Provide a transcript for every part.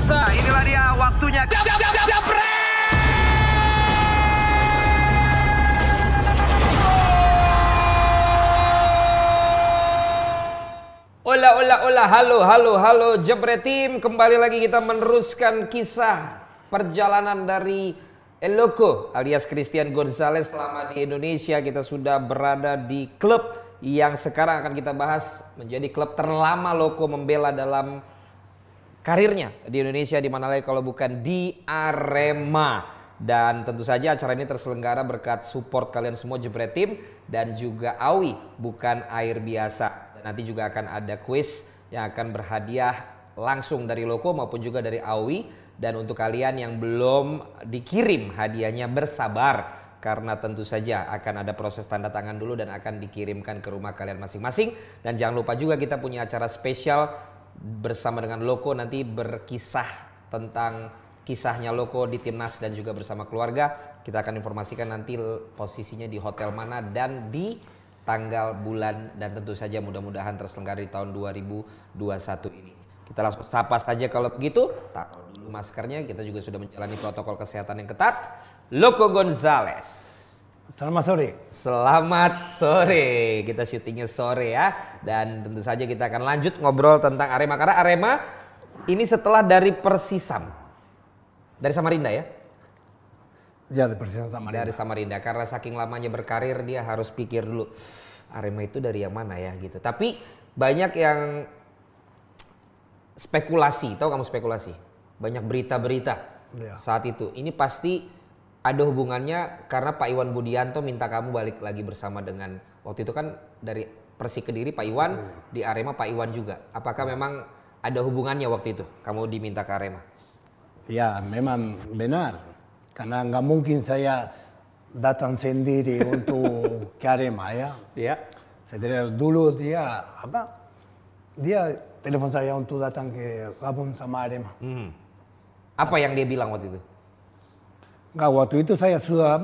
biasa. Inilah dia waktunya. Hola, halo, Jepret Team. Kembali lagi kita meneruskan kisah perjalanan dari El Loco alias Christian Gonzalez selama di Indonesia. Kita sudah berada di klub yang sekarang akan kita bahas menjadi klub terlama Loco membela dalam karirnya di Indonesia, di mana lagi kalau bukan di Arema. Dan tentu saja acara ini terselenggara berkat support kalian semua Jepret Team dan juga Awi, bukan air biasa. Nanti juga akan ada kuis yang akan berhadiah langsung dari Loco maupun juga dari Awi. Dan untuk kalian yang belum dikirim hadiahnya bersabar, karena tentu saja akan ada proses tanda tangan dulu dan akan dikirimkan ke rumah kalian masing-masing. Dan jangan lupa juga kita punya acara spesial bersama dengan Loco, nanti berkisah tentang kisahnya Loco di timnas dan juga bersama keluarga. Kita akan informasikan nanti posisinya di hotel mana dan di tanggal, bulan, dan tentu saja mudah-mudahan terselenggara di tahun 2021 ini. Kita langsung sapa saja kalau begitu. Taruh dulu maskernya, kita juga sudah menjalani protokol kesehatan yang ketat. Loco Gonzalez. Selamat sore. Selamat sore. Kita syutingnya sore ya. Dan tentu saja kita akan lanjut ngobrol tentang Arema. Karena Arema ini setelah dari Persisam. Dari Samarinda ya? Ya, di Persisam Samarinda. Dari Samarinda, karena saking lamanya berkarir dia harus pikir dulu Arema itu dari yang mana ya gitu. Tapi banyak yang spekulasi, tahu kamu spekulasi? Banyak berita-berita ya. Saat itu. Ini pasti ada hubungannya karena Pak Iwan Budianto minta kamu balik lagi bersama dengan, waktu itu kan dari Persik Kediri Pak Iwan, di Arema Pak Iwan juga. Apakah memang ada hubungannya waktu itu kamu diminta ke Arema? Ya, memang benar. Karena nggak mungkin saya datang sendiri untuk ke Arema ya. Iya. Saya dulu dia telepon saya untuk datang ke gabung sama Arema. Apa yang dia bilang waktu itu? Nggak, waktu itu saya sudah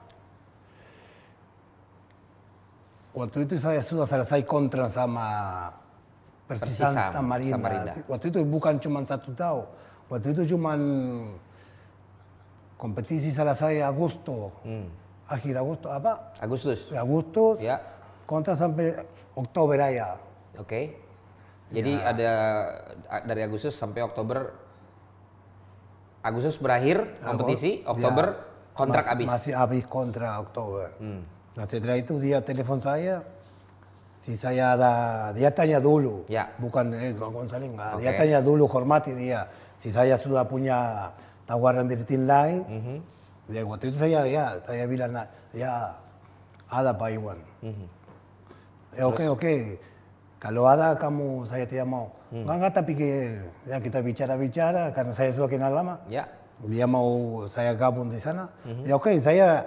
Waktu itu saya sudah selesai kontrak sama Persisam Samarinda. Waktu itu bukan cuma 1 tahun. Waktu itu cuma kompetisi selesai Agustus. Akhir Agustus Agustus. Agustus. Ya. Kontrak sampai Oktober aja. Oke. Jadi ada dari Agustus sampai Oktober. Agustus berakhir kompetisi, Oktober kontrak habis. Masih habis kontrak Oktober. Nah, setelah itu dia telepon saya. Si saya dia tanya dulu. Ya. Bukan Gonzalez, enggak. Dia tanya dulu, hormati dia. Si saya sudah punya tawaran dari tim lain. Ya, waktu itu saya bilang ya ada Pak Iwan. Oke. Kalau ada kamu saya tidak mau. Enggak, tapi ya kita bicara karena saya sudah kenal lama. Ya. Dia mau saya gabung di sana. Ya oke, saya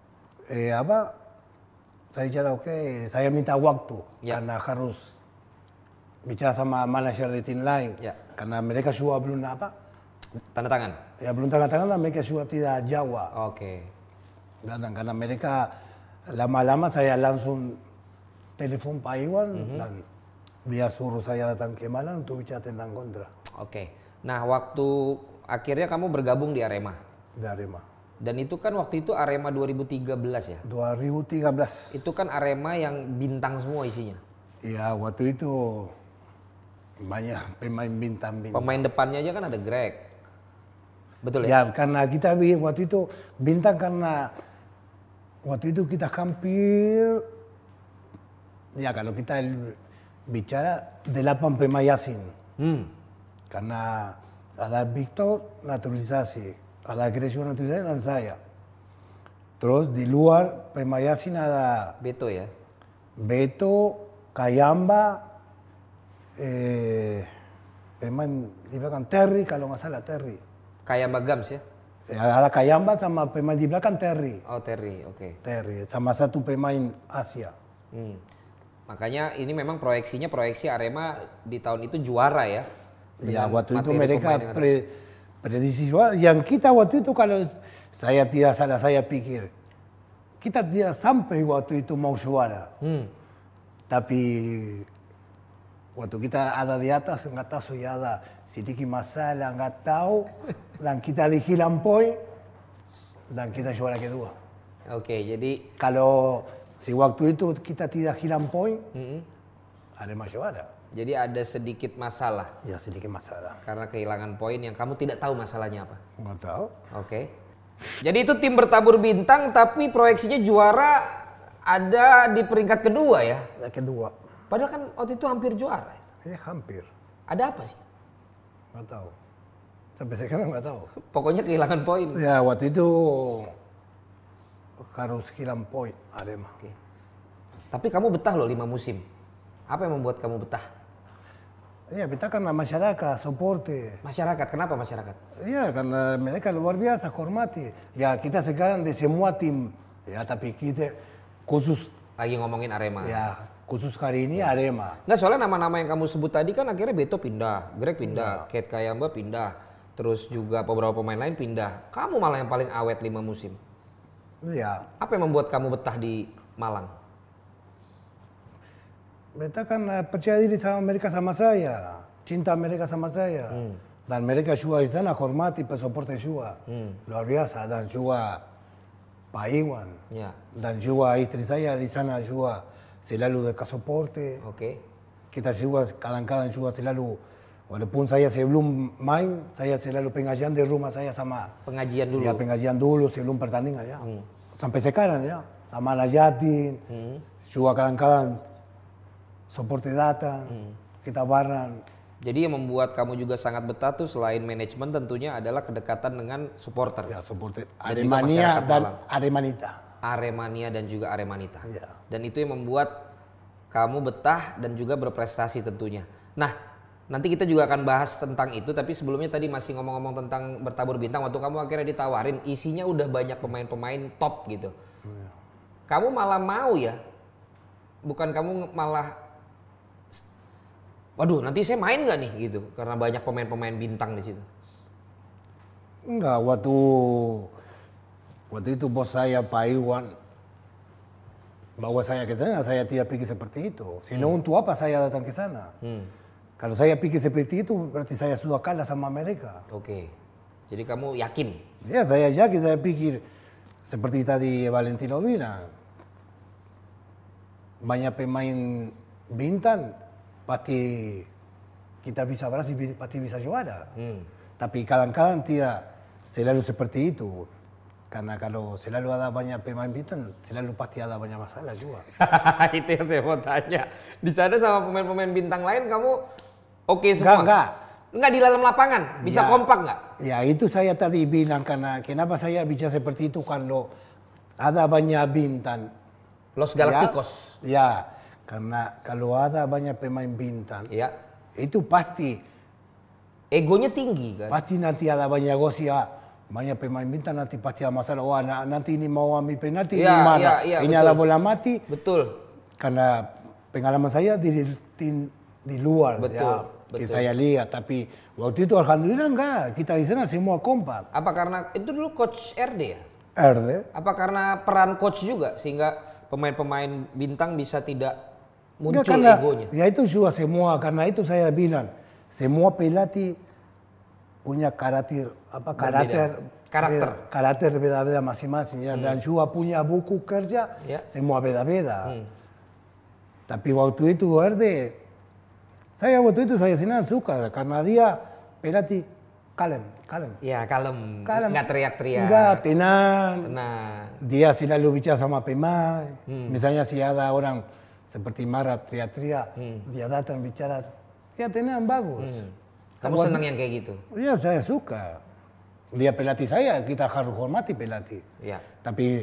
saya bicara saya minta waktu karena harus bicara sama manajer di tim lain. Ya. Karena mereka sudah belum Tanda tangan? Ya belum tanda tangan, mereka sudah tidak jawab. Oke. Dan karena mereka lama-lama saya langsung telepon Pak Iwan dan dia suruh saya datang ke Malang untuk bicara tentang kontrak. Oke. Nah, waktu akhirnya kamu bergabung di Arema. Di Arema. Dan itu kan waktu itu Arema 2013 ya? 2013. Itu kan Arema yang bintang semua isinya. Ya, waktu itu banyak pemain bintang. Pemain depannya aja kan ada Greg. Betul ya? Ya, karena kita waktu itu bintang karena waktu itu kita hampir, ya kalau kita bicara 8 pemain asing. Karena ada Victor naturalisasi, ada Gresio naturalisasi dan saya. Terus di luar pemain asing ada Beto ya? Beto, Kayamba, pemain di belakang Terry, kalau nggak salah Terry. Kayamba Gams ya? Ada Kayamba sama pemain di belakang Terry. Oh Terry, oke. Terry, sama 1 pemain Asia. Makanya ini memang proyeksi Arema di tahun itu juara ya? Ya, waktu itu mereka prediksi juara. Yang kita waktu itu kalau saya tidak salah, saya pikir kita tidak sampai waktu itu mau juara. Tapi waktu kita ada di atas nggak tahu ya ada sedikit masalah nggak tahu dan kita dihilang poin dan kita juara kedua. Oke, jadi Kalau si waktu itu kita tidak hilang poin, Arema juara. jadi ada sedikit masalah Ya sedikit masalah. karena kehilangan poin yang kamu tidak tahu masalahnya apa. Nggak tahu. Oke. Jadi itu tim bertabur bintang tapi proyeksinya juara ada di peringkat kedua ya. Yang kedua, Padahal kan waktu itu hampir juara. hampir. Ada apa sih? Nggak tahu. Sampai sekarang nggak tahu. Pokoknya kehilangan poin. Ya waktu itu harus hilang poin Arema. Oke. Tapi kamu betah loh 5 musim. Apa yang membuat kamu betah? Ya kita karena masyarakat, supporte. Masyarakat, kenapa masyarakat? Ya karena mereka luar biasa hormati. Ya kita sekarang di semua tim. Ya tapi kita khusus Lagi ngomongin Arema. ya khusus hari ini Arema. Nggak, soalnya nama-nama yang kamu sebut tadi kan akhirnya Beto pindah, Greg pindah, Kate Kayamba pindah, terus juga beberapa pemain lain pindah. Kamu malah yang paling awet 5 musim. Ya Apa yang membuat kamu betah di Malang? mereka kan percaya diri sama mereka sama saya. Cinta mereka sama saya. Dan mereka juga di sana hormati supporter juga. Luar biasa. Dan juga Pak Iwan. Ya, Dan juga istri saya di sana juga selalu dekat supporter. oke. Kita juga kadang-kadang juga selalu, walaupun saya sebelum main, saya selalu pengajian di rumah saya sama. Pengajian dulu. Ya pengajian dulu sebelum pertandingan ya. Sampai sekarang ya. Sama Najatin. Juga kadang-kadang supporter datang. Kita bareng. Jadi yang membuat kamu juga sangat betah tuh selain manajemen tentunya adalah kedekatan dengan supporter. Ya supporter Dan juga Aremania masyarakat dan Malang. Aremanita. Aremania dan juga Aremanita. Ya. Dan itu yang membuat kamu betah dan juga berprestasi tentunya. Nah, nanti kita juga akan bahas tentang itu, tapi sebelumnya tadi masih ngomong-ngomong tentang bertabur bintang. Waktu kamu akhirnya ditawarin, isinya udah banyak pemain-pemain top gitu. Kamu malah mau ya? Bukan kamu malah, waduh nanti saya main nggak nih gitu, karena banyak pemain-pemain bintang di situ. Enggak, waktu itu bos saya Pak Iwan bawa saya ke sana, saya tidak pikir seperti itu. Sino untuk apa saya datang ke sana? Kalau saya pikir seperti itu, berarti saya sudah kalah sama mereka. Oke, jadi kamu yakin? Ya saya yakin, saya pikir seperti tadi Valentino bilang, banyak pemain bintang, pasti kita bisa berhasil, pasti bisa juara. Tapi kadang-kadang tidak selalu seperti itu. Karena kalau selalu ada banyak pemain bintang, selalu pasti ada banyak masalah juga. Itu yang saya mau tanya. Di sana sama pemain-pemain bintang lain kamu oke semua? Enggak di dalam lapangan, bisa Ya. kompak nggak? Ya itu saya tadi bilang, karena kenapa saya bicara seperti itu kalau ada banyak bintang. Los Galacticos. Ya, karena kalau ada banyak pemain bintang, Ya. itu pasti Egonya tinggi kan? pasti nanti ada banyak gosip. Banyak pemain bintang nanti pasti ada masalah. Wah, nanti ini mau ambil penalti, Iya, ini marah. iya, Ini betul. ada bola mati. Betul. Karena pengalaman saya di luar, Betul, ya, betul. saya lihat. Tapi waktu itu alhamdulillah enggak, kita di sana semua kompak. Apa karena itu dulu coach RD ya? RD, Apa karena peran coach juga sehingga pemain-pemain bintang bisa tidak enggak, muncul karena, egonya? ya itu juga semua, karena itu saya bilang, semua pelatih punya karakter, karakter beda-beda masing-masing, ya, dan juga punya buku kerja, Ya. semua beda-beda. Tapi waktu itu RD, saya waktu itu saya senang suka, karena dia pelatih kalem. Ya kalem, Kalem. nggak teriak-teriak. Enggak, tenang. Tenang. Dia selalu bicara sama pemain. Misalnya si ada orang seperti marah, teriak-teriak, dia datang bicara, ya tenang, bagus. Kamu senang yang kayak gitu? Ya saya suka. Dia pelatih saya, kita harus hormati pelatih. Ya. Tapi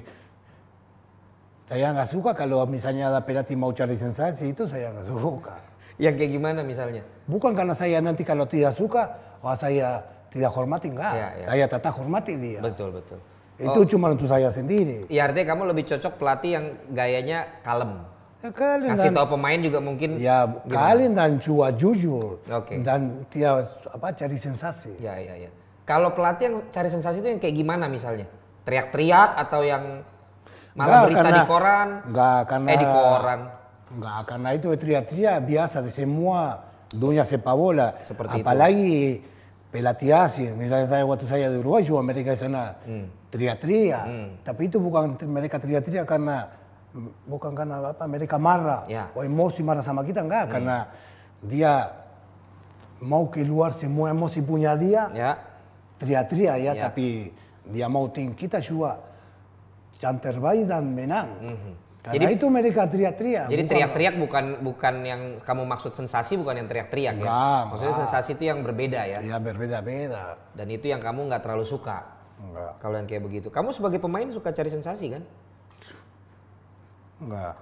saya nggak suka kalau misalnya ada pelatih mau cari sensasi, itu saya nggak suka. Yang kayak gimana misalnya? Bukan karena saya nanti kalau tidak suka, wah saya tidak hormati, enggak. Ya, ya. Saya tetap hormati dia. Betul, betul. Itu cuma untuk saya sendiri. Ya artinya kamu lebih cocok pelatih yang gayanya kalem. Ya, kalian Kasih dan, tahu pemain juga mungkin. ya kalian dan juga jujur. Oke. Dan tidak cari sensasi. Ya, ya, ya. Kalau pelatih yang cari sensasi itu yang kayak gimana misalnya? Teriak-teriak atau yang malah Enggak, berita karena- di koran? Enggak, karena Di koran. Enggak, karena itu teriak-teriak biasa di semua dunia sepak bola. Seperti apalagi pelatih asing. Misalnya waktu saya di Uruguay juga mereka di sana teriak-teriak. Tapi itu bukan mereka teriak-teriak karena apa mereka marah. O emosi marah sama kita, enggak. Karena dia mau keluar semua emosi punya dia. Teriak-teriak ya. Tapi dia mau tim kita juga yang terbaik dan menang. Karena jadi, itu mereka teriak-teriak. Jadi teriak-teriak bukan yang kamu maksud sensasi, bukan yang teriak-teriak ya? Maksudnya sensasi itu yang berbeda ya? Iya berbeda-beda. Dan itu yang kamu nggak terlalu suka? Enggak. Kalau yang kayak begitu. Kamu sebagai pemain suka cari sensasi kan? Enggak.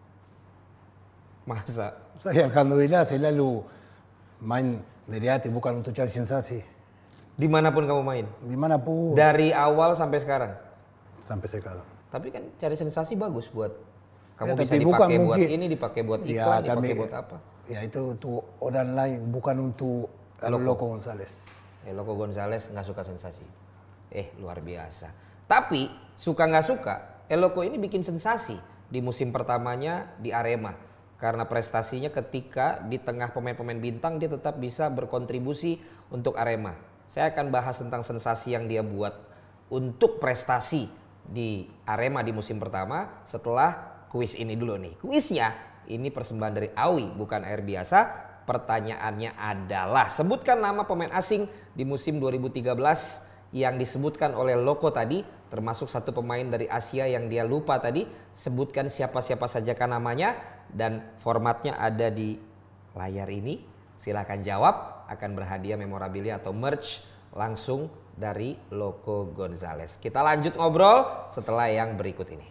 Masa? Saya alhamdulillah selalu main dari hati, bukan untuk cari sensasi. Dimanapun kamu main? Dimanapun. Dari awal sampai sekarang? Sampai sekarang. Tapi kan cari sensasi bagus buat kamu bisa dipakai buat ini, dipakai buat iklan, dipakai buat apa? Ya itu untuk orang lain, bukan untuk Loco Gonzales. Loco Gonzales nggak suka sensasi. Luar biasa. Tapi suka nggak suka, Loco ini bikin sensasi di musim pertamanya di Arema. Karena prestasinya ketika di tengah pemain-pemain bintang dia tetap bisa berkontribusi untuk Arema. Saya akan bahas tentang sensasi yang dia buat untuk prestasi di Arema di musim pertama setelah kuis ini dulu nih. Kuisnya ini persembahan dari Awi, bukan air biasa. Pertanyaannya adalah sebutkan nama pemain asing di musim 2013 yang disebutkan oleh Loco tadi, termasuk satu pemain dari Asia yang dia lupa tadi. Sebutkan siapa-siapa saja kan namanya dan formatnya ada di layar ini. Silahkan jawab, akan berhadiah memorabilia atau merch langsung dari Loco Gonzales. Kita lanjut ngobrol setelah yang berikut ini.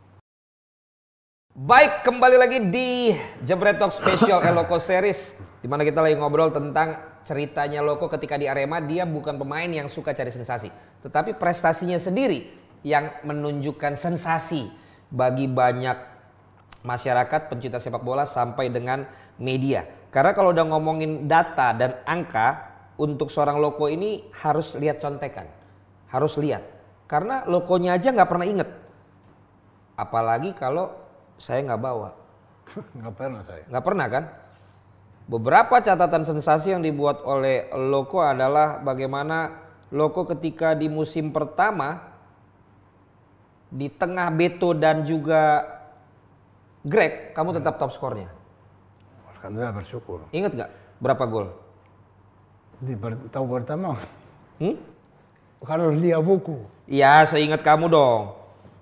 Baik, kembali lagi di Jebret Talk Special Loco Series, di mana kita lagi ngobrol tentang ceritanya Loco ketika di Arema. Dia bukan pemain yang suka cari sensasi, tetapi prestasinya sendiri yang menunjukkan sensasi bagi banyak masyarakat pencinta sepak bola sampai dengan media. Karena kalau udah ngomongin data dan angka, untuk seorang Loco ini harus lihat contekan, harus lihat. Karena Loconya aja nggak pernah inget, apalagi kalau saya nggak bawa. Nggak pernah saya. Nggak pernah kan? Beberapa catatan sensasi yang dibuat oleh Loco adalah bagaimana Loco ketika di musim pertama di tengah Beto dan juga Greg, kamu tetap top skornya. Alhamdulillah bersyukur. Ingat nggak berapa gol? Di tahun pertama. Harus lihat buku. Iya, seingat kamu dong.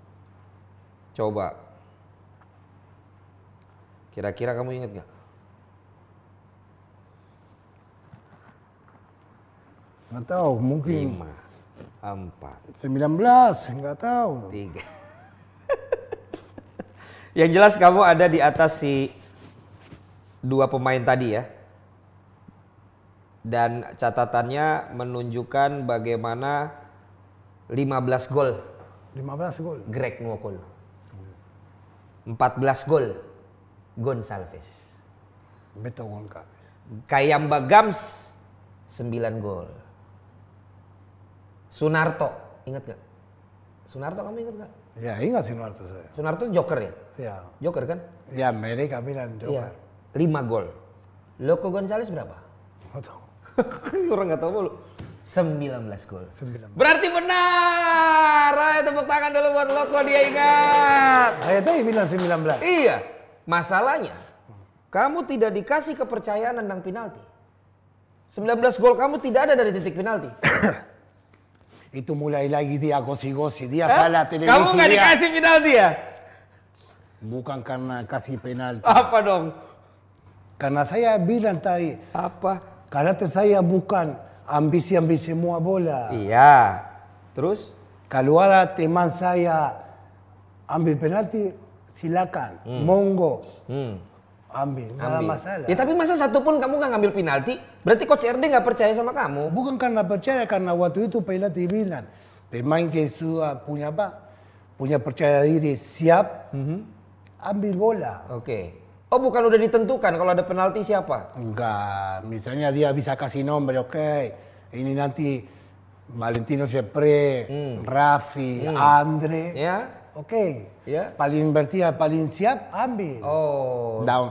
Coba. Kira-kira kamu ingat nggak? Nggak tahu, mungkin 5, 4, 19, nggak tahu. 3. Yang jelas kamu ada di atas si dua pemain tadi ya. Dan catatannya menunjukkan bagaimana 15 gol. 15 gol. Greg Nwokolo. 14 gol Gonçalves. Beto Gonçalves. Kayamba Gams 9 gol. Sunarto, ingat gak? Sunarto kamu ingat gak? Ya ingat Sunarto saya. Sunarto joker ya? Ya. Joker kan? Ya mereka bilang joker. Iya. 5 gol. Loco Gonzales berapa? Nggak tahu. Orang nggak tahu mulu. 19 gol. 19. Berarti benar. Ayo tepuk tangan dulu buat Loco, dia ingat. Saya tadi bilang 19. Iya. Masalahnya, kamu tidak dikasih kepercayaan tentang penalti. 19 gol kamu tidak ada dari titik penalti. Itu mulai lagi dia gosi-gosi, dia salah televisi. Kamu nggak dikasih penalti ya? Bukan karena kasih penalti. Apa dong? Karena saya bilang tadi. Apa? Karakter saya bukan ambisi-ambisi semua bola. Iya. Terus? Kalau ada teman saya ambil penalti, silakan. Monggo. Ambil, nggak ada masalah. Ya tapi masa satu pun kamu nggak ngambil penalti, berarti Coach RD nggak percaya sama kamu? Bukan karena percaya, karena waktu itu pelatih bilang, pemain que sudah punya apa? Punya percaya diri, siap, ambil bola. Oke. Oh bukan udah ditentukan kalau ada penalti siapa? Enggak, misalnya dia bisa kasih nomor, oke. Ini nanti Valentino Sepre, Raffi, Andre. Ya. Oke. Ya. Paling berarti paling siap, ambil. Oh. Dan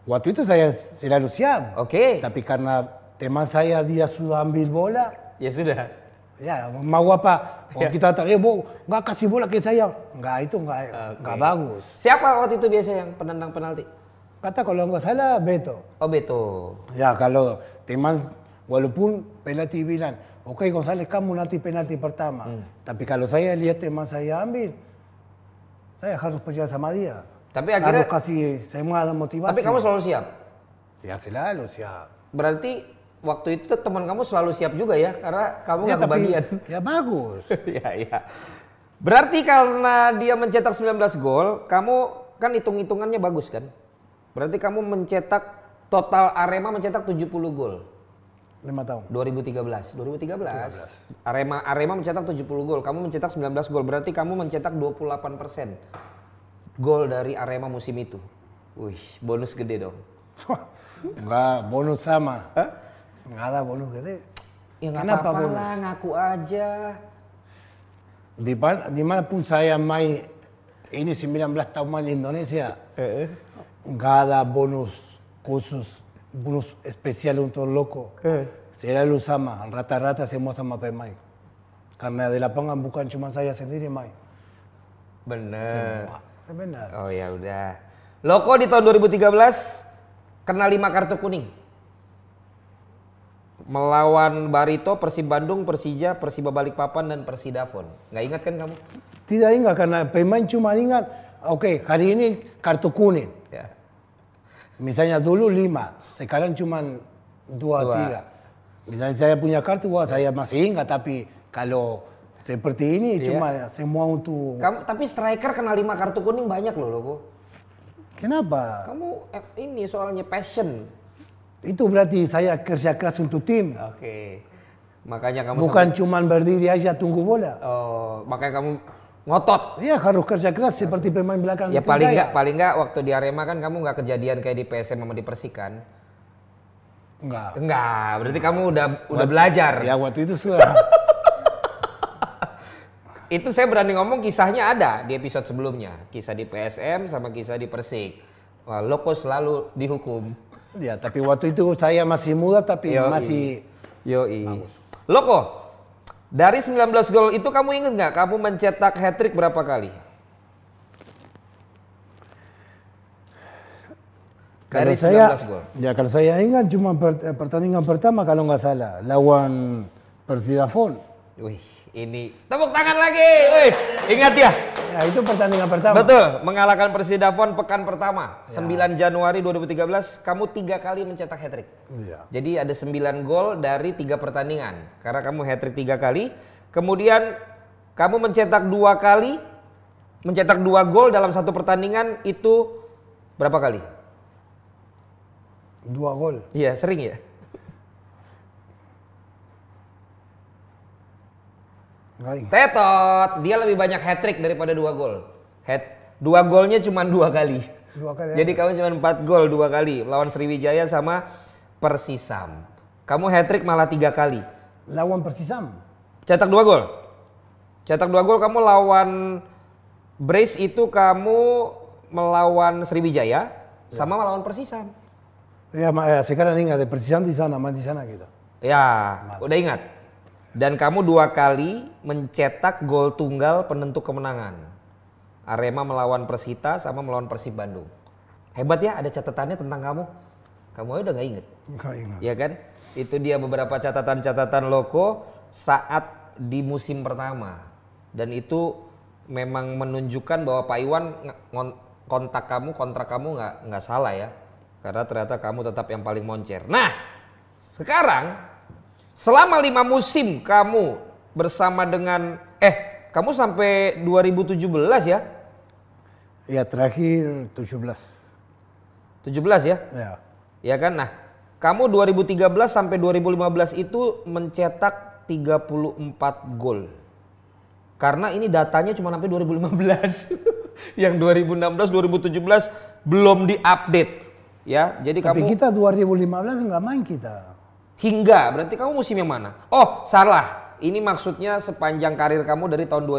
Waktu itu saya selalu siap. Oke. Tapi karena teman saya dia sudah ambil bola, Ya sudah. ya mau apa? Oh kita tanya, nggak kasih bola ke saya. Nggak, itu nggak bagus. Siapa waktu itu biasa yang penendang penalti? Kata kalau nggak salah Beto. Oh Beto. Ya kalau teman walaupun penalti bilang, oke González kamu nanti penalti pertama. Tapi kalau saya lihat teman saya ambil, saya harus percaya sama dia. Tapi akhirnya harus kasih semua motivasi. Tapi kamu selalu siap. Ya selalu siap. Berarti waktu itu teman kamu selalu siap juga ya, karena kamu nggak kebagian. Ya bagus. Ya. Berarti karena dia mencetak 19 gol, kamu kan hitung-hitungannya bagus kan? Berarti kamu mencetak total Arema mencetak 70 gol. 5 tahun. 2013. Arema mencetak 70 gol, kamu mencetak 19 gol. Berarti kamu mencetak 28% gol dari Arema musim itu. Wih, bonus gede dong. Enggak, bonus sama. Enggak ada bonus gede. Ya nggak apa-apa lah, ngaku aja. Di mana pun saya main ini 19 tahun main di Indonesia, enggak ada bonus khusus, bonus spesial untuk loko. Selalu sama, rata-rata semua sama pemain. Karena di lapangan bukan cuma saya sendiri main. Bener. Semua. Benar. Oh ya udah. Loko di tahun 2013 kena 5 kartu kuning. Melawan Barito, Persib Bandung, Persija, Persiba Balikpapan dan Persidafon. Nggak ingat kan kamu? Tidak ingat karena pemain cuma ingat, oke, hari ini kartu kuning. Ya. Misalnya dulu 5, sekarang cuma 2, 3. Misalnya saya punya kartu, wah saya masih ingat, tapi kalau seperti ini cuma semua untuk... Tapi striker kena 5 kartu kuning banyak loh Loko. Kenapa? Kamu ini soalnya passion. Itu berarti saya kerja keras untuk tim. Oke. Makanya kamu bukan cuma berdiri aja tunggu bola. Oh, makanya kamu ngotot. Iya, harus kerja keras seperti pemain belakang. Ya paling enggak waktu di Arema kan kamu nggak kejadian kayak di PSM sama di Persik kan? Enggak, berarti kamu udah belajar. Ya waktu itu sudah. Itu saya berani ngomong kisahnya ada di episode sebelumnya. Kisah di PSM sama kisah di Persik. Wah, Loko selalu dihukum. Ya, tapi waktu itu saya masih muda tapi masih... Yoi. Loko, dari 19 gol itu kamu ingat nggak kamu mencetak hat-trick berapa kali? Dari 19 gol. Ya kalau saya ingat cuma pertandingan pertama kalau nggak salah. Lawan Persidafon. Wih, ini tepuk tangan lagi. Wih, ingat ya? Ya itu pertandingan pertama. Betul, mengalahkan Persidafon pekan pertama. 9 Januari 2013, kamu 3 kali mencetak hat-trick. Ya. Jadi ada 9 gol dari 3 pertandingan. Karena kamu hat-trick 3 kali. Kemudian kamu mencetak 2 kali, mencetak 2 gol dalam satu pertandingan itu berapa kali? 2 gol. Iya, sering ya? Tetot, dia lebih banyak hat-trick daripada 2 gol. 2 golnya cuma 2 kali. 2 kali. Jadi kamu cuma 4 gol 2 kali lawan Sriwijaya sama Persisam. Kamu hat-trick malah 3 kali. Lawan Persisam. Cetak 2 gol. Cetak 2 gol kamu lawan Brace itu kamu melawan Sriwijaya sama melawan Persisam. Ya, sekarang ingat Persisam di sana, main di sana gitu. Ya, udah ingat. Dan kamu 2 kali mencetak gol tunggal penentu kemenangan. Arema melawan Persita sama melawan Persib Bandung. Hebat ya, ada catatannya tentang kamu. Kamu aja udah gak inget. Gak ingat. Ya kan? Itu dia beberapa catatan-catatan Loko saat di musim pertama. Dan itu memang menunjukkan bahwa Pak Iwan kontrak kamu nggak salah ya. Karena ternyata kamu tetap yang paling moncer. Nah, sekarang selama 5 musim kamu bersama dengan kamu sampai 2017 ya? Ya terakhir 17. 17 ya? Ya. Ya kan? Nah, kamu 2013 sampai 2015 itu mencetak 34 gol. Karena ini datanya cuma sampai 2015. Yang 2016, 2017 belum diupdate. Ya, jadi Tapi kamu kita 2015 nggak main kita. hingga, berarti kamu musim yang mana? Oh, salah. Ini maksudnya sepanjang karir kamu dari tahun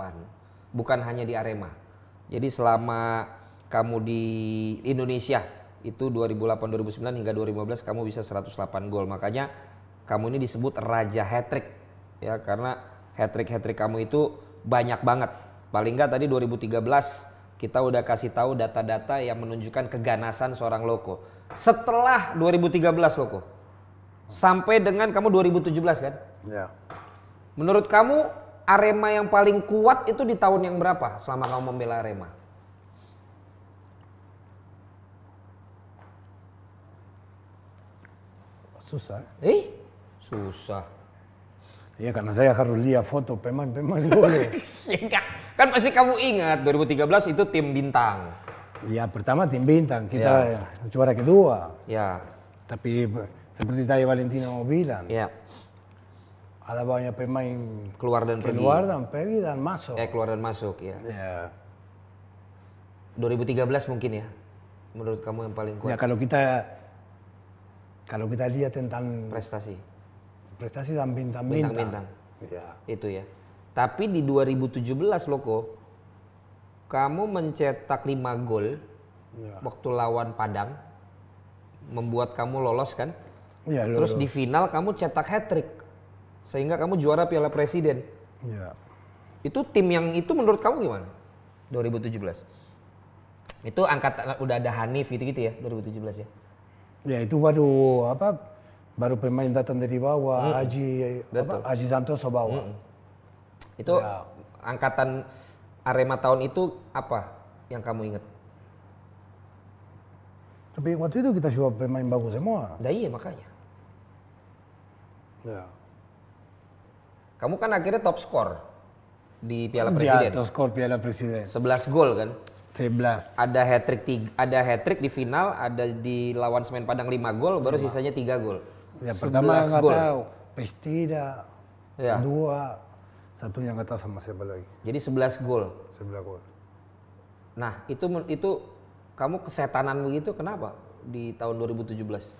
2008. Bukan hanya di Arema. Jadi selama kamu di Indonesia Itu 2008-2009 hingga 2015 kamu bisa 108 gol. Makanya kamu ini disebut raja hat-trick ya, karena hat-trick kamu itu banyak banget. Paling enggak tadi 2013 kita udah kasih tahu data-data yang menunjukkan keganasan seorang Loko. Setelah 2013 Loko, sampai dengan kamu 2017 kan? Ya. Menurut kamu Arema yang paling kuat itu di tahun yang berapa selama kamu membela Arema? Susah. Susah. Ya karena saya harus lihat foto pemain-pemain boleh. Enggak, kan pasti kamu ingat 2013 itu tim bintang. Ya pertama tim bintang, kita juara kedua. Ya. Tapi seperti tadi Valentina mau bilang, Ya. ada banyak pemain Keluar dan pergi. keluar dan pergi dan masuk. Keluar dan masuk ya. Ya. 2013 mungkin ya. Menurut kamu yang paling kuat Ya kalau kita lihat tentang prestasi. prestasi dan bintang. Bintang-bintang. Ya. Itu ya. Tapi di 2017 Loko, kamu mencetak 5 gol waktu lawan Padang, membuat kamu lolos kan? Ya, Terus di final kamu cetak hat-trick, sehingga kamu juara Piala Presiden. Ya. Itu tim yang itu menurut kamu gimana? 2017. Itu angkat udah ada Hanif gitu-gitu ya 2017 ya? Ya itu baru pemain datang dari bawah, Haji Santoso bawa. Itu angkatan Arema tahun itu apa yang kamu ingat? Tapi waktu itu kita juga pemain bagus semua. Nah iya makanya. Ya. Kamu kan akhirnya top skor di Piala Presiden. Ya, top skor Piala Presiden. 11 gol kan? 11. Ada hat-trick di final, ada di lawan Semen Padang 5 gol, baru sisanya 3 gol. Ya pertama nggak gol. tahu, Pestida, Ya. 2, satunya nggak tahu sama siapa lagi. Jadi 11 gol. 11 gol. Nah, itu kamu kesetanan begitu kenapa di tahun 2017?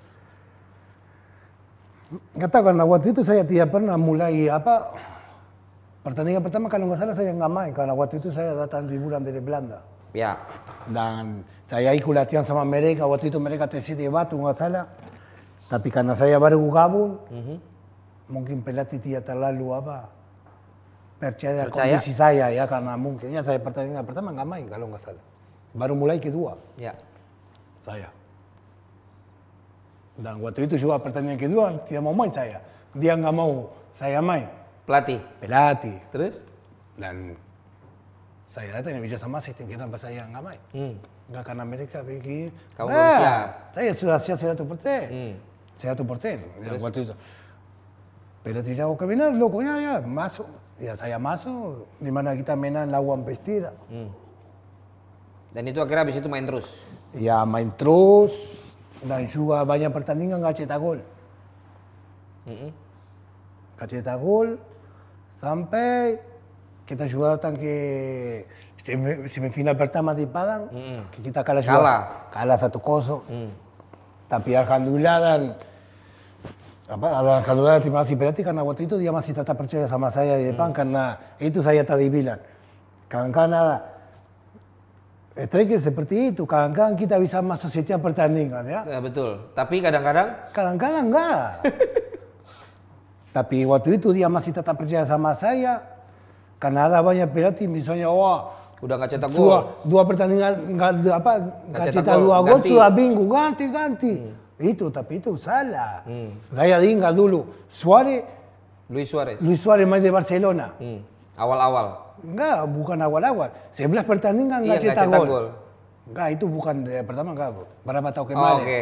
Nggak tahu karena waktu itu saya tidak pernah mulai pertandingan pertama kalau nggak salah saya nggak main karena waktu itu saya datang liburan dari Belanda. Ya. Dan saya ikut latihan sama mereka, waktu itu mereka TC di Batu nggak salah. Tapi karena saya baru gabung, mungkin pelatih tidak terlalu percaya kondisi saya ya karena mungkin ya saya pertandingan pertama nggak main kalau nggak salah. Baru mulai kedua. Ya. Saya. Dan waktu itu juga pertandingan kedua tidak mau main saya. Dia nggak mau saya main. Pelatih. Terus? Dan saya datang bicara sama asisten kenapa saya nggak main. Nggak karena mereka pikir. Kamu belum siap. Saya sudah siap 100%. 100%. Ya, waktu itu. Pelatih saya oke benar Loko ya masuk. Ya saya masuk. Di mana kita menang lawan Pestida. Dan itu akhirnya habis itu main terus? Ya main terus. Dan juga banyak pertandingan nggak cetak gol. Nggak cetak gol. Sampai kita juga datang ke semifinal pertama di Padang. Que kita kalah 1-0. Tapi alhamdulillah dan alhamdulillah terima kasih pelatih karena waktu itu dia masih tetap percaya sama saya di depan karena itu saya tadi bilang. Kadang-kadang seperti itu, kadang-kadang kita bisa masuk setiap pertandingan ya. Ya betul, tapi kadang-kadang? Kadang-kadang enggak. Tapi waktu itu dia masih tetap percaya sama saya karena ada banyak pelatih misalnya udah nggak cetak gol. Dua pertandingan nggak cetak 2 gol sudah bingung ganti. Tapi itu salah. Saya ingat dulu Luis Suarez main di Barcelona. Awal-awal. Enggak, bukan awal-awal. 11 pertandingan nggak cetak gol. Enggak, itu bukan pertama enggak. Berapa tahun kemarin. Oke.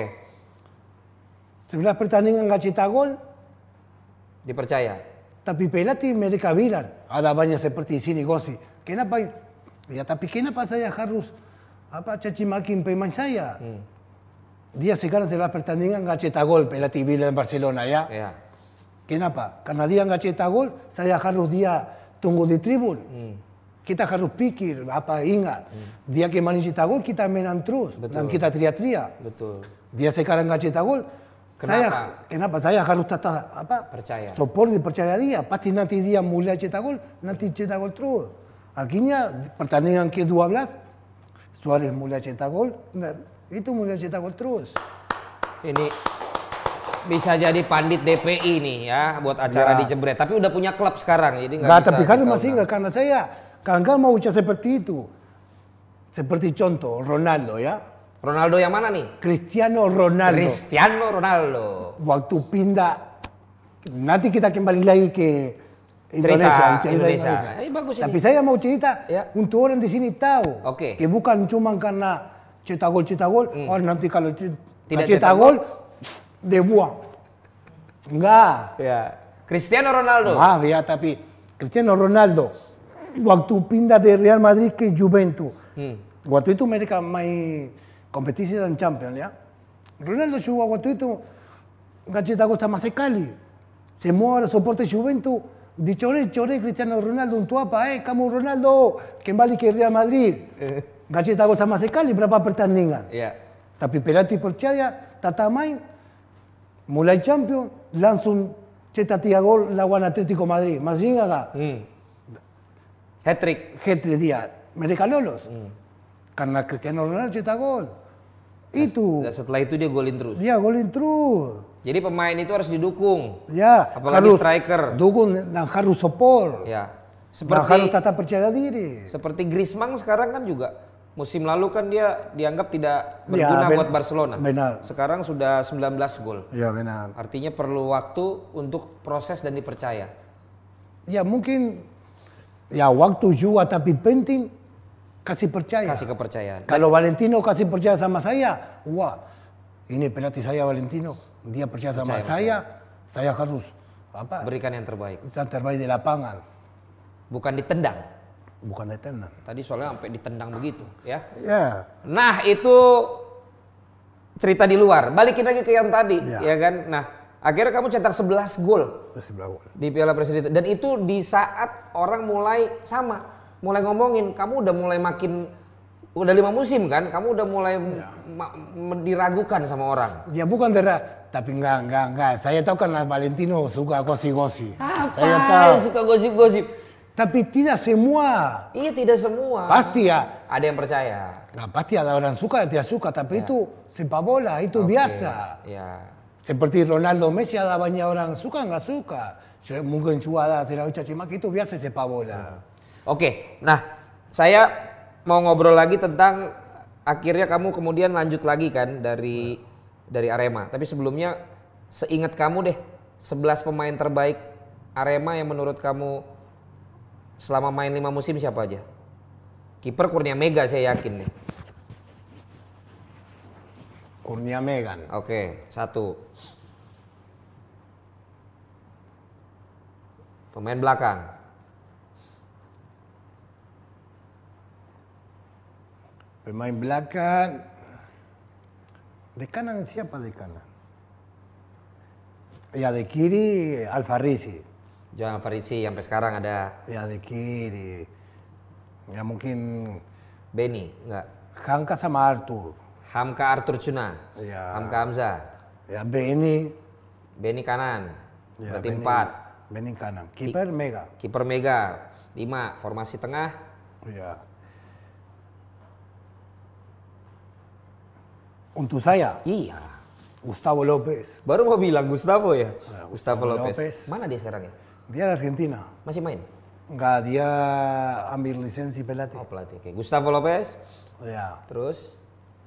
11 pertandingan nggak cetak gol. Dipercaya. Tapi pelatih mereka bilang ada banyak seperti sini Gosi. Kenapa? Ya tapi kenapa saya harus caci maki pemain saya? Dia sekarang 11 pertandingan nggak cetak gol pelatih bilang Barcelona ya. Kenapa? Karena dia nggak cetak gol, saya harus dia tunggu di tribun. Kita harus pikir ingat. Dia kemarin cetak gol kita menang terus. Betul. Dan kita teriak-teriak. Betul. Dia sekarang nggak cetak gol. Kenapa? Saya harus tetap percaya. Support dipercaya dia. Pasti nanti dia mulai cetak gol, nanti cetak gol terus. Akhirnya pertandingan ke-12 Suarez mulai cetak gol. Itu mulai cetak gol terus. Ini bisa jadi pandit DPI nih ya buat acara di Jebret. Tapi udah punya klub sekarang, jadi nggak bisa. Tapi kan masih nggak, karena saya kan mau ucap seperti itu. Seperti contoh Ronaldo ya. Ronaldo yang mana nih? Cristiano Ronaldo. Cristiano Ronaldo. Waktu pindah, nanti kita kembali lagi ke Indonesia. Bagus ini. Tapi saya mau cerita untuk orang di sini tahu. Que bukan cuma karena cetak gol. Nanti kalau tidak cetak gol, dibuang. Enggak. Ya. Cristiano Ronaldo. Maaf ya, tapi Cristiano Ronaldo waktu pindah dari Real Madrid ke Juventus. Waktu itu mereka main kompetisi dan champion ya. Ronaldo juga waktu itu nggak cetak gol sama sekali. Semua orang supporter Juventus dicore Cristiano Ronaldo untuk apa? Kamu Ronaldo kembali ke Real Madrid. Nggak cetak gol sama sekali berapa pertandingan. Tapi Pelatih percaya, tata main, mulai champion, langsung cetak 3 gol lawan Atletico Madrid. Masih nggak? Hat-trick. Hat-trick dia. Mereka lolos. Karena Cristiano Ronaldo cetak gol. Itu. Dan setelah itu dia golin terus. Dia golin terus. Jadi pemain itu harus didukung. Ya. Apalagi striker. Dukung dan harus support. Ya. Seperti harus tetap percaya diri. Seperti Griezmann sekarang kan juga. Musim lalu kan dia dianggap tidak berguna buat Barcelona. Benar. Sekarang sudah 19 gol. Ya benar. Artinya perlu waktu untuk proses dan dipercaya. Ya mungkin ya waktu juga, tapi penting kasih percaya. Kasih kepercayaan. Kalau Valentino kasih percaya sama saya, wah ini pelatih saya Valentino, dia percaya sama saya harus berikan yang terbaik. Yang terbaik di lapangan. Bukan ditendang. Bukan ditendang. Tadi soalnya sampai ditendang begitu, ya. Ya. Nah itu cerita di luar. Balikin lagi ke yang tadi, ya kan. Nah akhirnya kamu cetak 11 gol di Piala Presiden. Dan itu di saat orang mulai ngomongin, kamu udah mulai udah 5 musim kan, kamu udah mulai diragukan sama orang. Ya bukan tapi enggak. Saya tahu kan Valentino suka gosip-gosip. Saya tahu suka gosip-gosip. Tapi tidak semua. Iya, tidak semua. Pasti ya. Ada yang percaya. Nah, pasti ada orang suka, tidak suka, tapi itu sepak bola, itu biasa. Ya. Seperti Ronaldo, Messi, ada banyak orang suka, nggak suka. Mungkin juga ada caci maki, itu biasa sepak bola. Oke, nah saya mau ngobrol lagi tentang akhirnya kamu kemudian lanjut lagi kan dari Arema. Tapi sebelumnya seingat kamu deh, 11 pemain terbaik Arema yang menurut kamu selama main 5 musim siapa aja? Kiper Kurnia Mega saya yakin nih. Kurnia Mega. Oke, 1. Pemain belakang. Pemain belakang. Di kanan siapa di kanan? Ya di kiri Alfarisi. Johan Alfarisi sampai sekarang ada. Ya di kiri. Ya mungkin Beni, enggak. Hamka sama Arthur. Hamka Arthur Cuna. Ya. Hamka Hamzah. Ya Beni. Beni kanan. Ya, berarti Beni, 4. Beni kanan. Kiper Mega. Kiper Mega. 5. Formasi tengah. Ya. Untuk saya. Iya. Gustavo Lopez. Baru mau bilang Gustavo ya. Gustavo Gustavo Lopez. Mana dia sekarang ya? Dia di Argentina. Masih main? Enggak, dia ambil lisensi pelatih. Oh, pelatih. Oke. Gustavo Lopez. Ya. Terus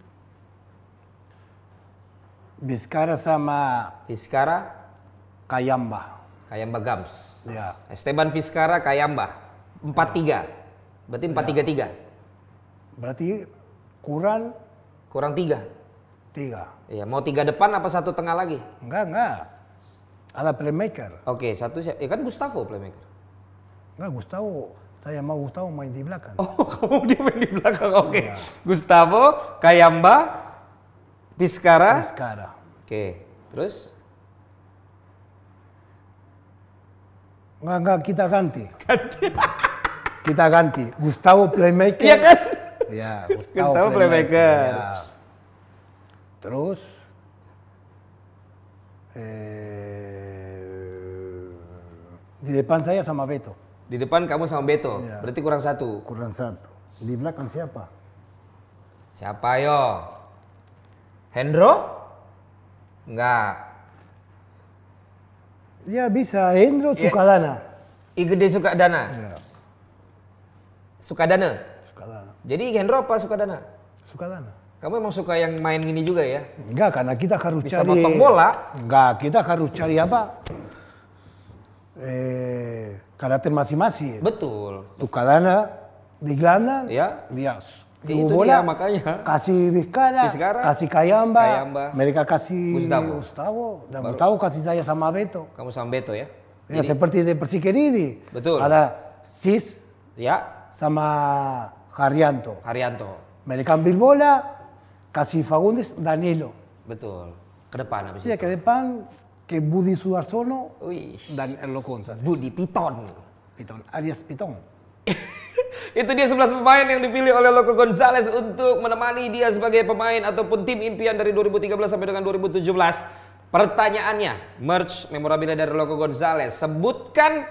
Vizcara sama Vizcara, Kayamba. Kayamba Gams. Ya. Esteban Vizcara, Kayamba. 4-3. Berarti 4-3-3. Berarti kurang 3. 3. Iya, mau 3 depan apa 1 tengah lagi? Enggak. Ada playmaker. Oke, 1 siapa? Kan Gustavo playmaker. Enggak, Gustavo. Saya mau Gustavo main di belakang. Oh, kamu dia main di belakang. Oke. Gustavo, Kayamba, Vizcara. Oke, terus? Enggak, kita ganti. Kita ganti. Gustavo playmaker. Iya kan? Ya, Gustavo playmaker. Ya. Terus di depan saya sama Beto. Di depan kamu sama Beto. Ya. Berarti kurang 1. Kurang 1. Di belakang siapa? Siapa yo? Hendro? Enggak. Ya bisa, Hendro Sukadana. Igede Sukadana. Ya, Sukadana. Sukadana. Jadi Hendro apa Sukadana? Sukadana. Kamu emang suka yang main gini juga ya? Enggak, karena kita harus Bisa cari... motong bola. Enggak, kita harus cari apa? Karakter masing-masing. Betul. Sukadana di gelandang, Ya. dia Itu dia bola, makanya. kasih Vizcara, Vizcara, kasih Kayamba, Kayamba, mereka kasih Gustavo. Gustavo, dan Gustavo kasih saya sama Beto. Kamu sama Beto ya? Ya, seperti di Persikeridi. Betul. Ada Sis Ya, sama Haryanto. Haryanto. Mereka ambil bola, kasih Fagundes, Danilo. Betul. Ke depan habis Ya, itu. ke depan, ke Budi Sudarsono, Wih. dan Erlo Gonzalez. Budi Piton. Piton, alias Piton. Itu dia 11 pemain yang dipilih oleh Loco Gonzalez untuk menemani dia sebagai pemain ataupun tim impian dari 2013 sampai dengan 2017. Pertanyaannya, merch memorabilia dari Loco Gonzalez. Sebutkan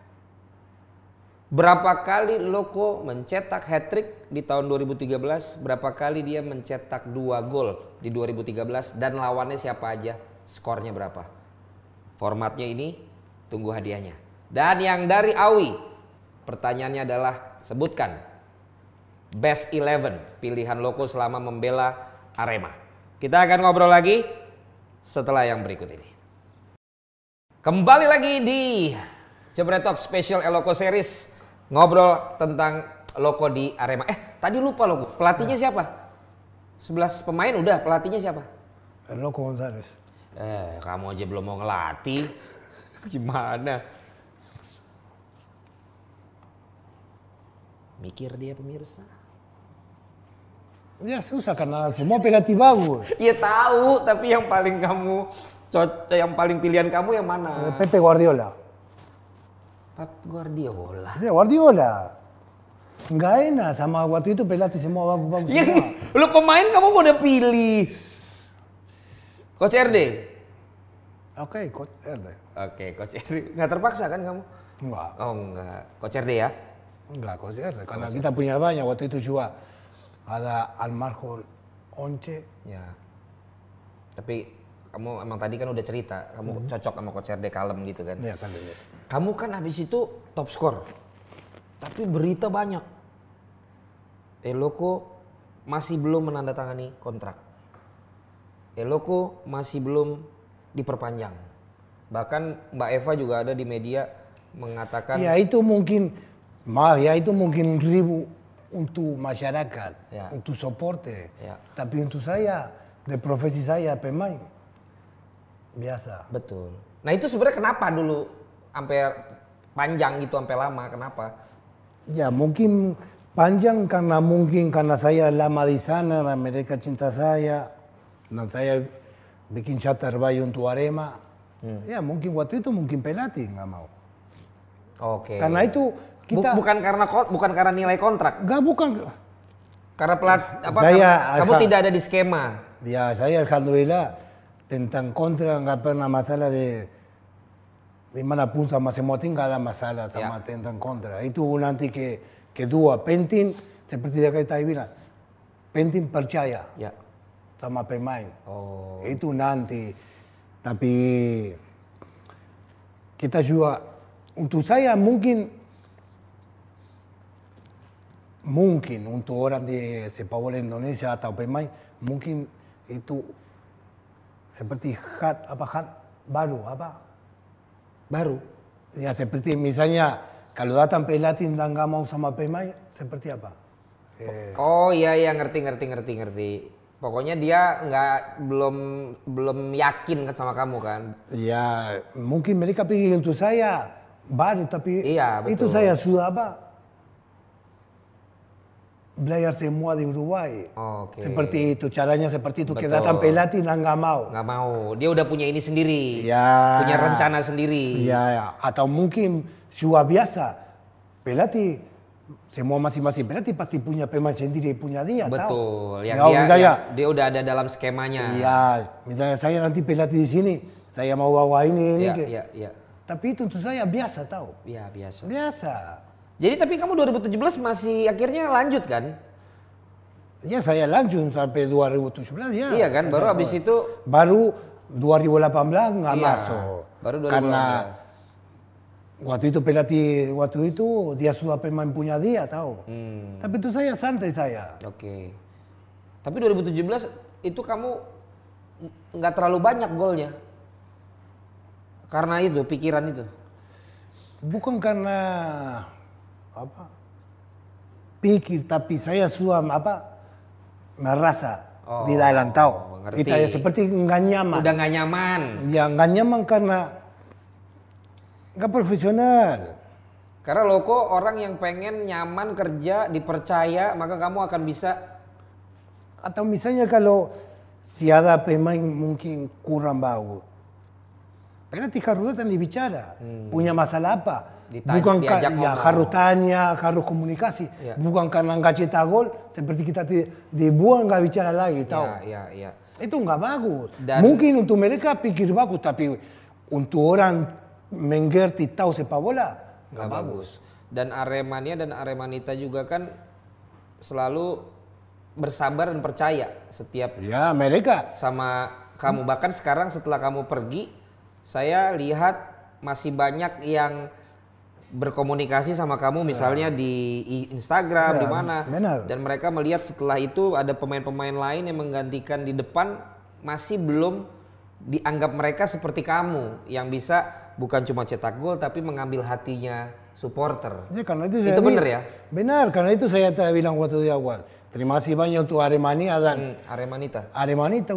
berapa kali Loco mencetak hat-trick di tahun 2013, berapa kali dia mencetak 2 gol di 2013 dan lawannya siapa aja, skornya berapa. Formatnya ini, tunggu hadiahnya. Dan yang dari Awi, pertanyaannya adalah sebutkan best 11 pilihan Loco selama membela Arema. Kita akan ngobrol lagi setelah yang berikut ini. Kembali lagi di Jebret Talk Special Eloko Series, ngobrol tentang Loco di Arema. Tadi lupa Loco, pelatihnya siapa? 11 pemain udah, pelatihnya siapa? Erlo Gonzalez. Kamu aja belum mau ngelatih. Gimana? Mikir dia pemirsa. Ya susah karena semua pelatih bagus. Iya tahu, tapi yang paling kamu yang paling pilihan kamu yang mana? Pepe Guardiola. Pep Guardiola. Ya, Guardiola. Enggak enak sama waktu itu pelatih semua bagus-bagus. Ya, lu pemain kamu mau udah pilih. Coach RD. Oke, Coach RD. Oke, Coach RD. Nggak terpaksa kan kamu? Enggak. Oh enggak. Coach RD ya? Enggak, Coach RD. Karena kita punya banyak waktu itu juga. Ada almarhum Once. Ya. Tapi kamu emang tadi kan udah cerita, kamu cocok sama Coach RD, kalem gitu kan? Iya kan ini. Kamu kan habis itu top skor. Tapi berita banyak. Loco masih belum menandatangani kontrak. Loco masih belum diperpanjang. Bahkan Mbak Eva juga ada di media mengatakan. Ya itu mungkin, itu mungkin ribu untuk masyarakat, Ya. untuk soporte. Ya. Tapi untuk saya, de profesi saya pemain biasa. Betul. Nah itu sebenarnya kenapa dulu sampai panjang gitu, sampai lama, kenapa? Ya mungkin panjang karena saya lama di sana dan mereka cinta saya dan saya bikin chat terbaik untuk Arema. Ya mungkin waktu itu mungkin pelatih nggak mau. Oke. Karena itu kita bukan karena nilai kontrak, nggak bukan. karena kamu tidak ada di skema. Ya saya alhamdulillah tentang kontra nggak pernah masalah dimanapun sama semua tim nggak ada masalah sama tentang kontra. Itu nanti kedua penting seperti yang kita bilang, penting percaya sama pemain. Oh. Itu nanti. Tapi kita juga untuk saya mungkin untuk orang di sepak bola Indonesia atau pemain mungkin itu seperti hat baru ya, seperti misalnya kalau datang pelatih dan nggak mau sama pemain seperti apa? Oh iya ngerti. Pokoknya dia belum yakin kan sama kamu kan? Ya mungkin mereka pikir untuk saya baru, tapi itu betul. saya sudah belajar semua di Uruguay. Okay. Seperti itu, caranya seperti itu. Betul. Kita datang pelatih dan nggak mau. Nggak mau, dia udah punya ini sendiri. Ya. Punya rencana sendiri. Ya, atau mungkin sudah biasa. Pelatih, semua masing-masing pelatih pasti punya pemain sendiri, punya dia. Betul, tahu. yang dia udah ada dalam skemanya. Ya, misalnya saya nanti pelatih di sini, saya mau bawa ini. Iya. Tapi itu untuk saya biasa tahu. Iya, biasa. Biasa. Jadi tapi kamu 2017 masih akhirnya lanjut kan? Ya saya langsung sampai 2017 ya. Iya kan, baru habis itu baru 2018 nggak iya, masuk. baru 2018. Karena waktu itu pelatih waktu itu dia sudah pemain punya dia tahu. Tapi itu saya santai saya. Oke. Tapi 2017 itu kamu nggak terlalu banyak golnya. Karena itu pikiran itu. Bukan karena apa pikir, tapi saya sudah merasa di dalam tahu. ngerti. Kita ya seperti nggak nyaman. Udah nggak nyaman. Ya nggak nyaman karena nggak profesional. Karena Loko orang yang pengen nyaman kerja, dipercaya, maka kamu akan bisa. Atau misalnya kalau si ada pemain mungkin kurang bagus, pelatih harus datang dibicara, punya masalah apa? Bukan diajak ya ngomong. harus tanya, harus komunikasi. Ya. Bukan karena nggak cetak gol, seperti kita dibuang nggak bicara lagi, tahu? Iya. Itu nggak bagus. Dan- Mungkin untuk mereka pikir bagus, tapi untuk orang mengerti tahu sepak bola Nggak bagus. Dan Aremania dan Aremanita juga kan selalu bersabar dan percaya setiap Ya mereka. sama kamu. Bahkan sekarang setelah kamu pergi, saya lihat masih banyak yang berkomunikasi sama kamu misalnya di Instagram, Ya, di mana. benar. Dan mereka melihat setelah itu ada pemain-pemain lain yang menggantikan di depan, masih belum dianggap mereka seperti kamu yang bisa bukan cuma cetak gol tapi mengambil hatinya supporter. Ya, karena itu, Itu benar ya? Benar, karena itu saya bilang waktu di awal. Terima kasih banyak untuk Aremania dan Aremanita. Aremania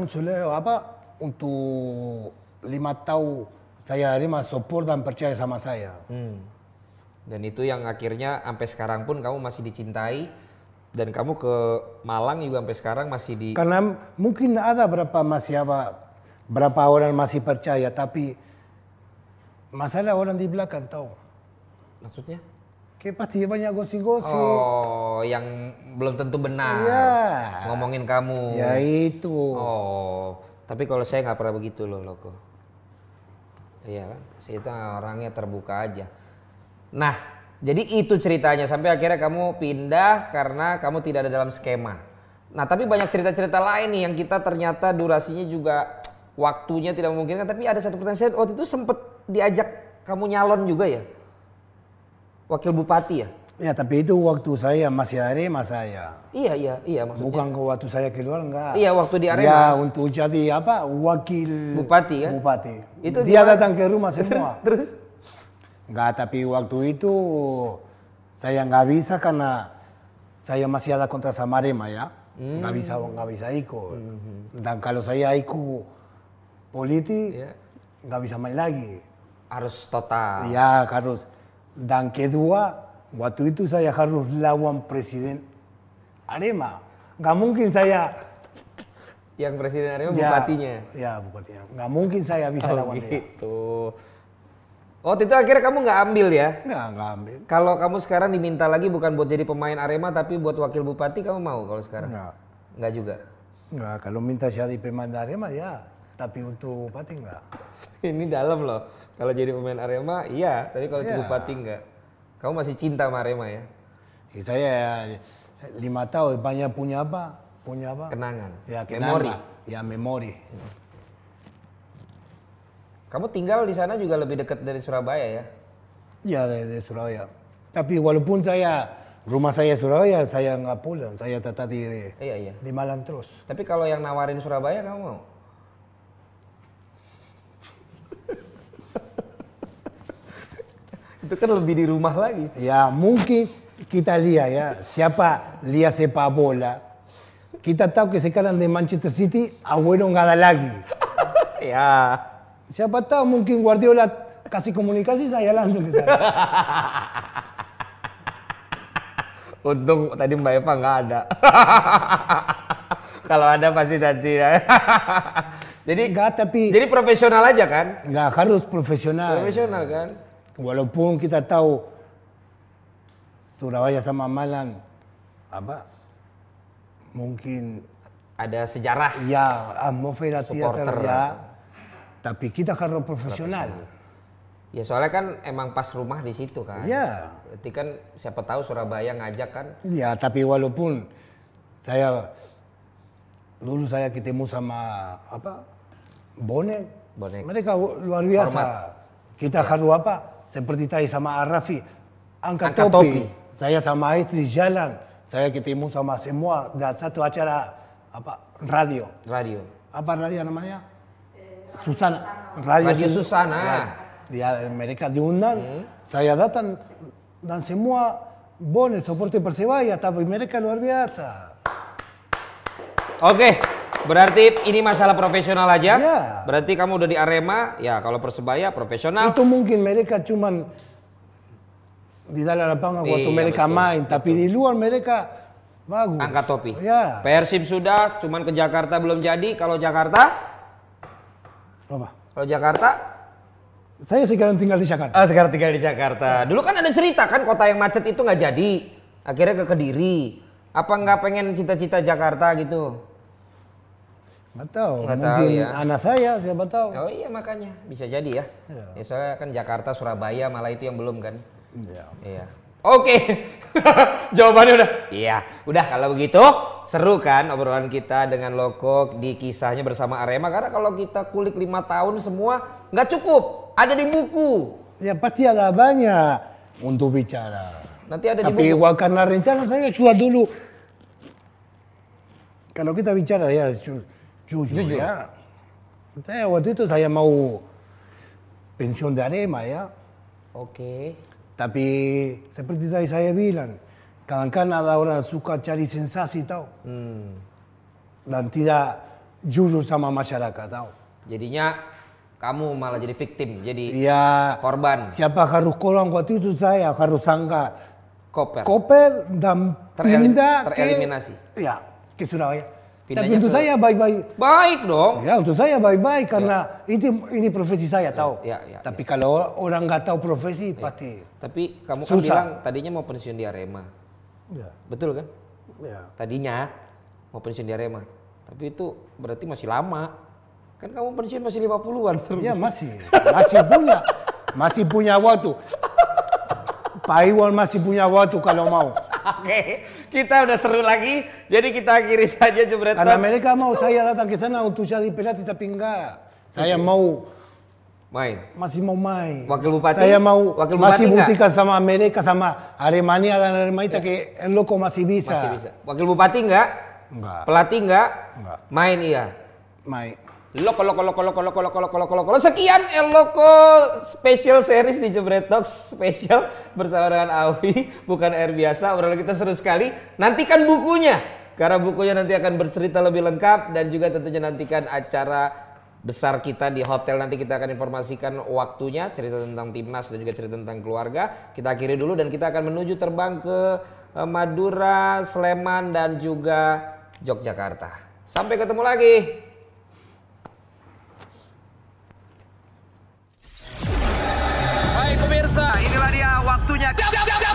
untuk 5 tahun saya Arema support dan percaya sama saya. Dan itu yang akhirnya sampai sekarang pun kamu masih dicintai dan kamu ke Malang juga sampai sekarang masih di. Karena mungkin ada berapa orang masih percaya, tapi masalah orang di belakang tahu. Maksudnya? Kayak pasti banyak gosip-gosip. Oh, yang belum tentu benar. Iya. Ngomongin kamu. Ya itu. Oh, tapi kalau saya nggak pernah begitu loh, Loko. Iya kan, saya itu orangnya terbuka aja. Nah, jadi itu ceritanya sampai akhirnya kamu pindah karena kamu tidak ada dalam skema. Nah, tapi banyak cerita-cerita lain nih yang kita ternyata durasinya juga waktunya tidak memungkinkan. Tapi ada satu pertanyaan, waktu itu sempet diajak kamu nyalon juga ya? Wakil bupati ya? Ya tapi itu waktu saya masih Arema saya. Iya maksudnya. Bukan ke waktu saya keluar enggak. Iya, waktu di Arema. Ya untuk jadi wakil Bupati kan? Bupati. Itu dia gimana? datang ke rumah semua. Terus? Enggak, tapi waktu itu saya nggak bisa karena saya masih ada kontrak sama Arema ya. Nggak bisa ikut. Dan kalau saya ikut politik nggak bisa main lagi. Harus total. Ya harus. Dan kedua, waktu itu saya harus lawan presiden Arema. Nggak mungkin saya. Yang presiden Arema bupatinya. Ya bupatinya. Nggak mungkin saya bisa lawan dia. Gitu. Waktu itu akhirnya kamu nggak ambil ya? Nggak ambil. Kalau kamu sekarang diminta lagi bukan buat jadi pemain Arema tapi buat wakil bupati, kamu mau kalau sekarang? Nggak. Nggak juga? Nggak, kalau minta jadi pemain Arema ya. Tapi untuk bupati nggak. Ini dalam loh. Kalau jadi pemain Arema iya, tapi kalau jadi Iya. bupati nggak. Kamu masih cinta sama Arema ya? Saya 5 tahun banyak punya apa? Punya apa? Kenangan. Ya, Memori. Ya memori. Kamu tinggal di sana juga lebih dekat dari Surabaya ya? Ya dari Surabaya. Tapi walaupun rumah saya Surabaya, saya nggak pulang. Saya tetap Iya. di Malang terus. Tapi kalau yang nawarin Surabaya kamu mau? Itu kan lebih di rumah lagi. Ya mungkin kita lihat ya, siapa lihat sepak bola. Kita tahu que sekarang di Manchester City, Agüero nggak ada lagi. Ya. Siapa tahu mungkin Guardiola kasih komunikasi, saya langsung ke sana. Untung tadi Mbak Eva nggak ada. Kalau ada pasti nanti. Jadi profesional aja kan? Nggak harus profesional. Profesional kan? Walaupun kita tahu Surabaya sama Malang mungkin ada sejarah. ya atmosfera Supporter. teater ya, tapi kita harus profesional. Ya soalnya kan emang pas rumah di situ kan. Ya. Berarti kan siapa tahu Surabaya ngajak kan. Ya, tapi walaupun dulu saya ketemu sama Bonek. Mereka luar biasa. Hormat. Kita harus seperti tadi sama Arafi, angkat topi. Saya sama istri jalan. Saya ketemu sama semua dan satu acara radio. Apa radio namanya? Susana. Radio Susana. Ya, mereka diundang. Saya datang dan semua Bonek seperti Persebaya, tapi mereka luar biasa. Oke, berarti ini masalah profesional aja. Ya. Berarti kamu udah di Arema, ya kalau Persebaya profesional. Itu mungkin mereka cuman di dalam lapangan waktu mereka main, tapi di luar mereka bagus. Angkat topi. Ya. Persib sudah, cuman ke Jakarta belum jadi. Kalau Jakarta? Apa? Kalau Jakarta? Saya sekarang tinggal di Jakarta. Sekarang tinggal di Jakarta. Dulu kan ada cerita kan kota yang macet itu nggak jadi. Akhirnya ke Kediri. Apa nggak pengen cita-cita Jakarta gitu? Nggak tahu. Nggak Mungkin tahu ya. anak saya, siapa tahu. Oh iya makanya bisa jadi ya. Ya soalnya kan Jakarta, Surabaya malah itu yang belum kan. Iya. Oke. Jawabannya udah. Iya. Udah kalau begitu seru kan obrolan kita dengan Loko di kisahnya bersama Arema. Karena kalau kita kulik 5 tahun semua nggak cukup. Ada di buku. Ya pasti ada banyak untuk bicara. Nanti ada di Tapi buku. karena rencana saya sudah dulu. Kalau kita bicara ya jujur. Ya. Saya waktu itu saya mau pensiun dari Arema ya. Oke. Tapi seperti tadi saya bilang, kadang-kadang ada orang suka cari sensasi tahu. Dan tidak jujur sama masyarakat tahu. Jadinya kamu malah jadi victim, jadi Ya, korban. siapa harus kolam waktu itu saya harus sangka Koper. dan pindah tereliminasi. ke Surabaya. Pindahnya Tapi untuk saya baik-baik. Baik dong. Ya untuk saya baik-baik karena ini profesi saya tahu. Ya. Tapi kalau orang nggak tahu profesi pasti. Tapi kamu kan Susah. bilang tadinya mau pensiun di Arema. Ya. Betul kan? Ya. Tadinya mau pensiun di Arema. Tapi itu berarti masih lama. Kan kamu pensiun masih 50-an. Ya masih punya waktu. Pak Iwan masih punya waktu kalau mau. Oke, kita udah seru lagi. Jadi kita akhiri saja Jebret Karena Talks. mereka mau saya datang ke sana untuk jadi pelatih tapi enggak. Saya mau masih mau main. Wakil bupati? Saya mau Wakil bupati masih enggak? buktikan sama mereka sama Aremania dan Aremaita ke Loko masih bisa. Masih bisa. Wakil bupati enggak? Enggak. Pelatih enggak? Enggak. Main iya. Main. Loko. Sekian Loko special series di Jebret Talks spesial bersama dengan Awi, bukan air biasa. Obrolan kita seru sekali. Nantikan bukunya karena bukunya nanti akan bercerita lebih lengkap dan juga tentunya nantikan acara besar kita di hotel. Nanti kita akan informasikan waktunya, cerita tentang timnas dan juga cerita tentang keluarga. Kita akhiri dulu dan kita akan menuju terbang ke Madura, Sleman dan juga Yogyakarta. Sampai ketemu lagi. Hai pemirsa, inilah dia waktunya.